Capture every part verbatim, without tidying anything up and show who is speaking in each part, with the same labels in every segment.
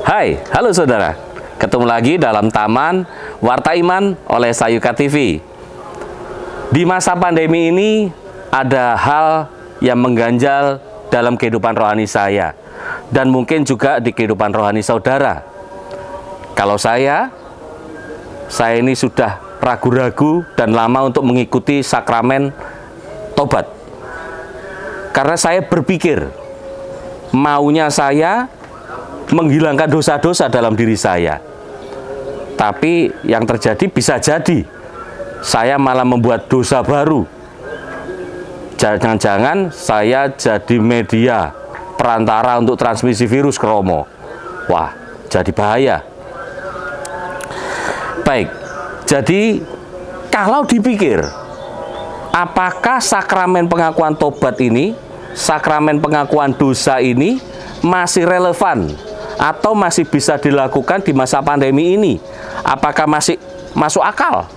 Speaker 1: Hai, halo saudara. Ketemu lagi dalam Taman Warta Iman oleh Sayuka T V. Di masa pandemi ini ada hal yang mengganjal dalam kehidupan rohani saya dan mungkin juga di kehidupan rohani saudara. Kalau saya, saya ini sudah ragu-ragu dan lama untuk mengikuti sakramen tobat. Karena saya berpikir, maunya saya menghilangkan dosa-dosa dalam diri saya. Tapi yang terjadi bisa jadi saya malah membuat dosa baru. Jangan-jangan saya jadi media perantara untuk transmisi virus ke Romo. Wah, jadi bahaya. Baik, jadi kalau dipikir, apakah sakramen pengakuan tobat ini, sakramen pengakuan dosa ini masih relevan atau masih bisa dilakukan di masa pandemi ini? Apakah masih masuk akal?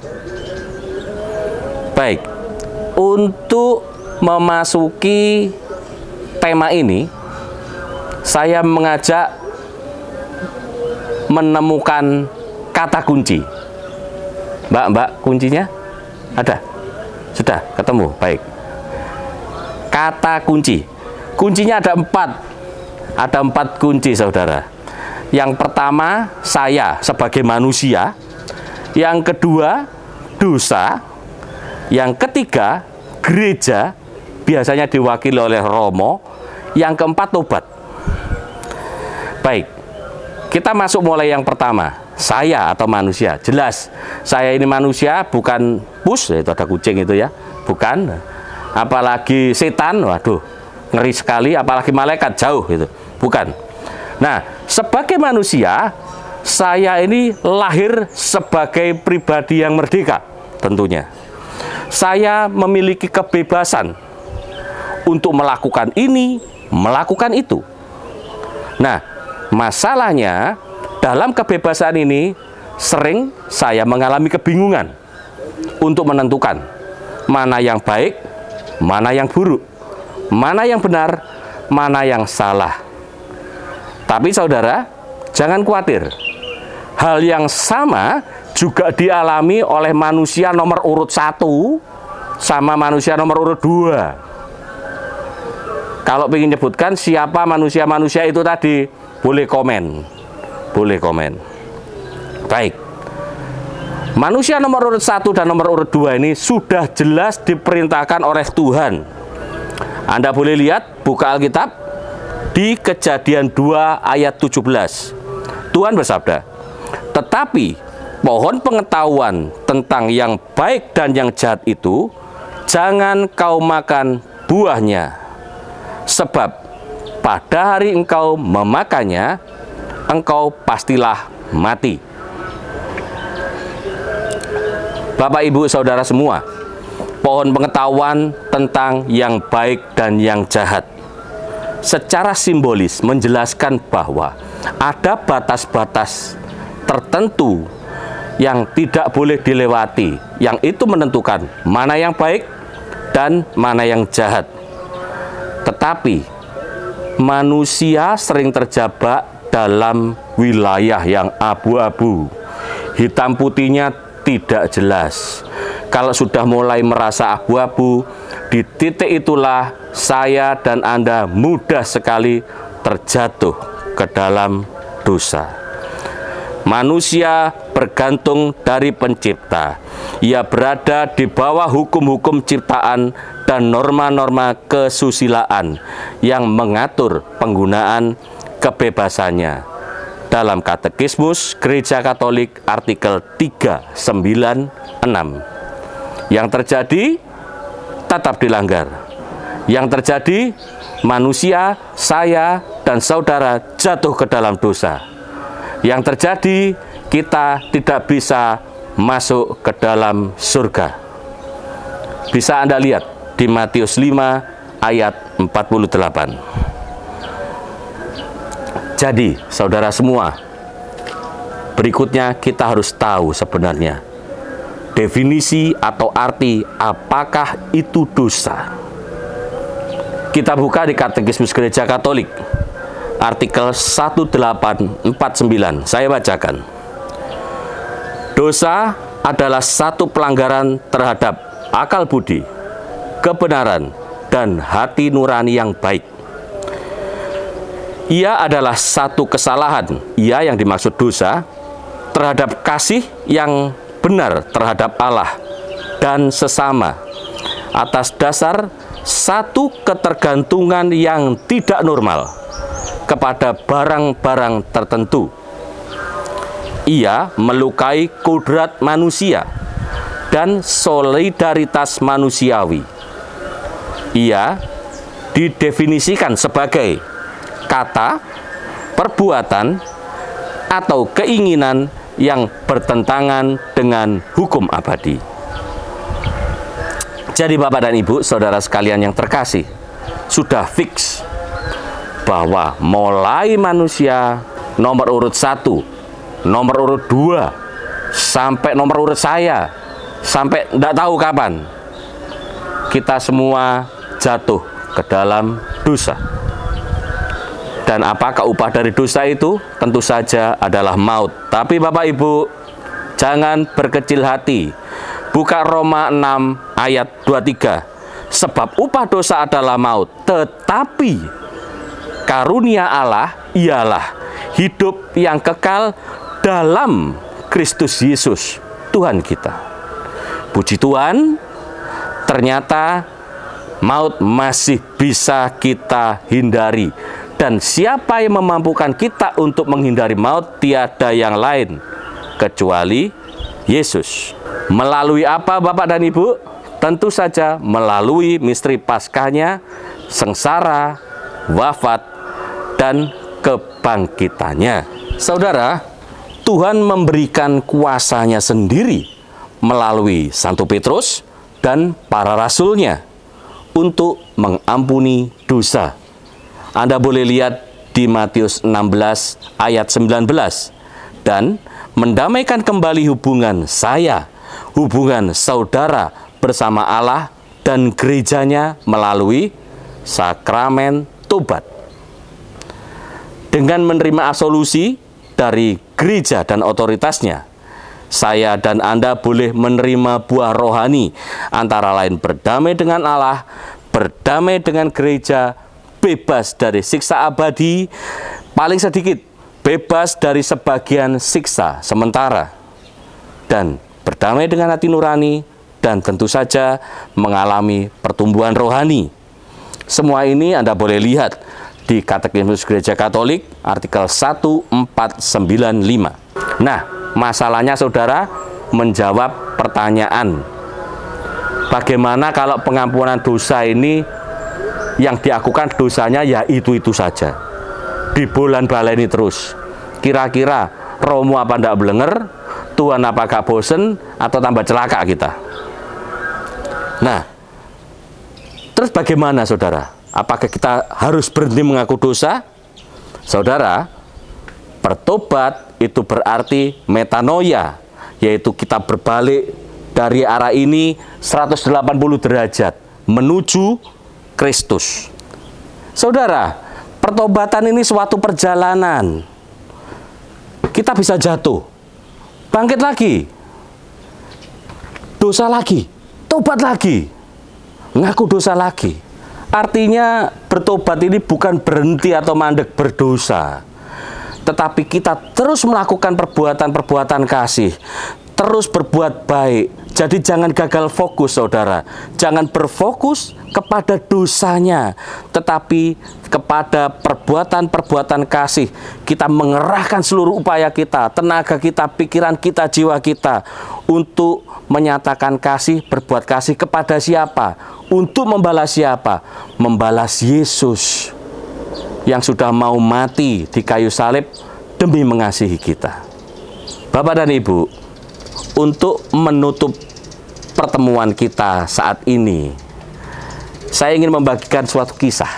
Speaker 1: Baik, untuk memasuki tema ini, saya mengajak menemukan kata kunci. Mbak, mbak, kuncinya ada? Sudah ketemu? Baik. Kata kunci. Kuncinya ada empat. Ada empat kunci, saudara. Yang pertama, saya sebagai manusia. Yang kedua, dosa. Yang ketiga, gereja, biasanya diwakili oleh Romo. Yang keempat, tobat. Baik, kita masuk mulai yang pertama. Saya atau manusia. Jelas, saya ini manusia, bukan pus, itu ada kucing itu ya. Bukan. Apalagi setan, waduh, ngeri sekali. Apalagi malaikat, jauh itu. Bukan. Nah, sebagai manusia, saya ini lahir sebagai pribadi yang merdeka, tentunya. Saya memiliki kebebasan untuk melakukan ini, melakukan itu. Nah, masalahnya dalam kebebasan ini sering saya mengalami kebingungan untuk menentukan mana yang baik, mana yang buruk, mana yang benar, mana yang salah. Tapi saudara, jangan khawatir. Hal yang sama juga dialami oleh manusia nomor urut satu sama manusia nomor urut dua. Kalau ingin nyebutkan siapa manusia-manusia itu tadi, boleh komen. Boleh komen. Baik. Manusia nomor urut satu dan nomor urut dua ini sudah jelas diperintahkan oleh Tuhan. Anda boleh lihat, buka Alkitab di Kejadian dua ayat tujuh belas. Tuhan bersabda, "Tetapi pohon pengetahuan tentang yang baik dan yang jahat itu jangan kau makan buahnya, sebab pada hari engkau memakannya, engkau pastilah mati." Bapak, Ibu, Saudara semua, pohon pengetahuan tentang yang baik dan yang jahat secara simbolis menjelaskan bahwa ada batas-batas tertentu yang tidak boleh dilewati, yang itu menentukan mana yang baik dan mana yang jahat. Tetapi manusia sering terjebak dalam wilayah yang abu-abu, hitam putihnya tidak jelas. Kalau sudah mulai merasa abu-abu, di titik itulah saya dan Anda mudah sekali terjatuh ke dalam dosa. Manusia bergantung dari pencipta. Ia berada di bawah hukum-hukum ciptaan dan norma-norma kesusilaan yang mengatur penggunaan kebebasannya. Dalam Katekismus Gereja Katolik artikel tiga sembilan enam. Yang terjadi tetap dilanggar. Yang terjadi, manusia, saya, dan saudara jatuh ke dalam dosa. Yang terjadi, kita tidak bisa masuk ke dalam surga. Bisa Anda lihat di Matius lima ayat empat puluh delapan. Jadi, saudara semua, berikutnya kita harus tahu sebenarnya definisi atau arti apakah itu dosa. Kita buka di Katekismus Gereja Katolik artikel seribu delapan ratus empat puluh sembilan. Saya bacakan. Dosa adalah satu pelanggaran terhadap akal budi, kebenaran, dan hati nurani yang baik. Ia adalah satu kesalahan, ia yang dimaksud dosa, terhadap kasih yang benar terhadap Allah dan sesama, atas dasar satu ketergantungan yang tidak normal kepada barang-barang tertentu. Ia melukai kodrat manusia dan solidaritas manusiawi. Ia didefinisikan sebagai kata, perbuatan, atau keinginan yang bertentangan dengan hukum abadi. Jadi Bapak dan Ibu, saudara sekalian yang terkasih, sudah fix bahwa mulai manusia nomor urut satu, nomor urut dua, sampai nomor urut saya, sampai tidak tahu kapan, kita semua jatuh ke dalam dosa. Dan apakah upah dari dosa itu? Tentu saja adalah maut. Tapi Bapak Ibu, jangan berkecil hati. Buka Roma enam ayat dua puluh tiga. Sebab upah dosa adalah maut, tetapi karunia Allah ialah hidup yang kekal dalam Kristus Yesus, Tuhan kita. Puji Tuhan, ternyata maut masih bisa kita hindari. Dan siapa yang memampukan kita untuk menghindari maut? Tiada yang lain kecuali Yesus. Melalui apa Bapak dan Ibu? Tentu saja melalui misteri Paskahnya, sengsara, wafat, dan kebangkitannya. Saudara, Tuhan memberikan kuasanya sendiri melalui Santo Petrus dan para rasulnya untuk mengampuni dosa. Anda boleh lihat di Matius enam belas ayat sembilan belas. Dan mendamaikan kembali hubungan saya, hubungan saudara bersama Allah dan gerejanya melalui sakramen tobat. Dengan menerima absolusi dari gereja dan otoritasnya, saya dan Anda boleh menerima buah rohani, antara lain berdamai dengan Allah, berdamai dengan gereja, bebas dari siksa abadi, paling sedikit bebas dari sebagian siksa sementara, dan berdamai dengan hati nurani, dan tentu saja mengalami pertumbuhan rohani. Semua ini Anda boleh lihat di Katekismus Gereja Katolik artikel seribu empat ratus sembilan puluh lima. Nah, masalahnya saudara, menjawab pertanyaan, bagaimana kalau pengampunan dosa ini yang diakukan dosanya ya itu-itu saja, dibolan-baleni terus. Kira-kira Romo apa ndak belenger, Tuhan apa gak bosen, atau tambah celaka kita? Nah, terus bagaimana saudara? Apakah kita harus berhenti mengaku dosa? Saudara, bertobat itu berarti metanoia, yaitu kita berbalik dari arah ini seratus delapan puluh derajat menuju Kristus. Saudara, pertobatan ini suatu perjalanan. Kita bisa jatuh, bangkit lagi, dosa lagi, tobat lagi, ngaku dosa lagi. Artinya bertobat ini bukan berhenti atau mandek berdosa, tetapi kita terus melakukan perbuatan-perbuatan kasih, terus berbuat baik. Jadi jangan gagal fokus saudara, jangan berfokus kepada dosanya, tetapi kepada perbuatan-perbuatan kasih. Kita mengerahkan seluruh upaya kita, tenaga kita, pikiran kita, jiwa kita untuk menyatakan kasih, berbuat kasih kepada siapa? Untuk membalas siapa? Membalas Yesus yang sudah mau mati di kayu salib demi mengasihi kita. Bapak dan Ibu, untuk menutup pertemuan kita saat ini, saya ingin membagikan suatu kisah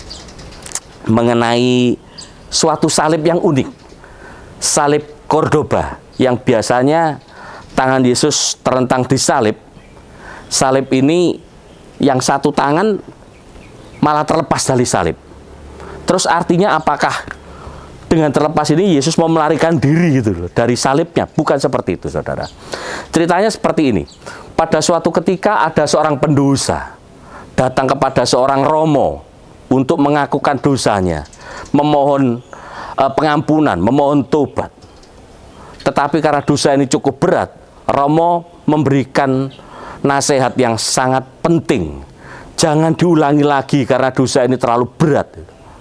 Speaker 1: mengenai suatu salib yang unik, salib Cordoba, yang biasanya tangan Yesus terentang di salib. Salib ini yang satu tangan malah terlepas dari salib, Terus artinya apakah dengan terlepas ini Yesus mau melarikan diri gitu loh dari salibnya? Bukan seperti itu, saudara. Ceritanya seperti ini. Pada suatu ketika ada seorang pendosa datang kepada seorang romo untuk mengakukan dosanya, memohon uh, pengampunan, memohon tobat. Tetapi karena dosa ini cukup berat, romo memberikan nasihat yang sangat penting. Jangan diulangi lagi karena dosa ini terlalu berat.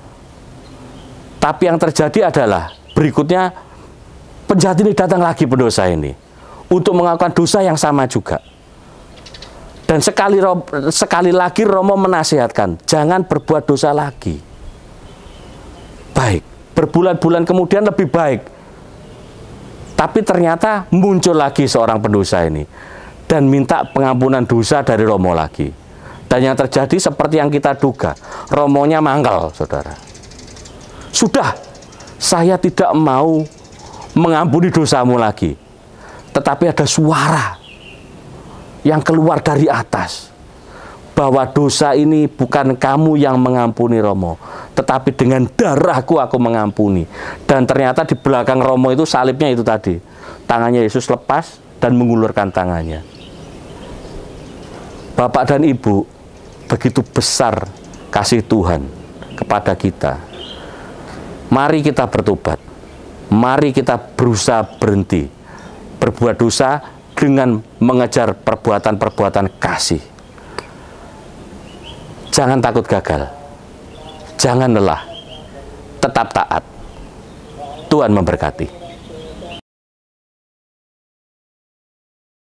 Speaker 1: Tapi yang terjadi adalah berikutnya penjahat ini datang lagi, pendosa ini, untuk mengakukan dosa yang sama juga. Dan sekali sekali lagi romo menasihatkan, jangan berbuat dosa lagi. Baik, berbulan-bulan kemudian lebih baik. Tapi ternyata muncul lagi seorang pendosa ini dan minta pengampunan dosa dari romo lagi. Dan yang terjadi seperti yang kita duga, romonya mangkal, saudara. Sudah, saya tidak mau mengampuni dosamu lagi. Tetapi ada suara yang keluar dari atas, bahwa dosa ini bukan kamu yang mengampuni Romo, tetapi dengan darahku aku mengampuni. Dan ternyata di belakang Romo itu salibnya itu tadi. Tangannya Yesus lepas dan mengulurkan tangannya. Bapak dan Ibu, begitu besar kasih Tuhan kepada kita. Mari kita bertobat. Mari kita berusaha berhenti berbuat dosa dengan mengejar perbuatan-perbuatan kasih. Jangan takut gagal. Jangan lelah. Tetap taat. Tuhan memberkati.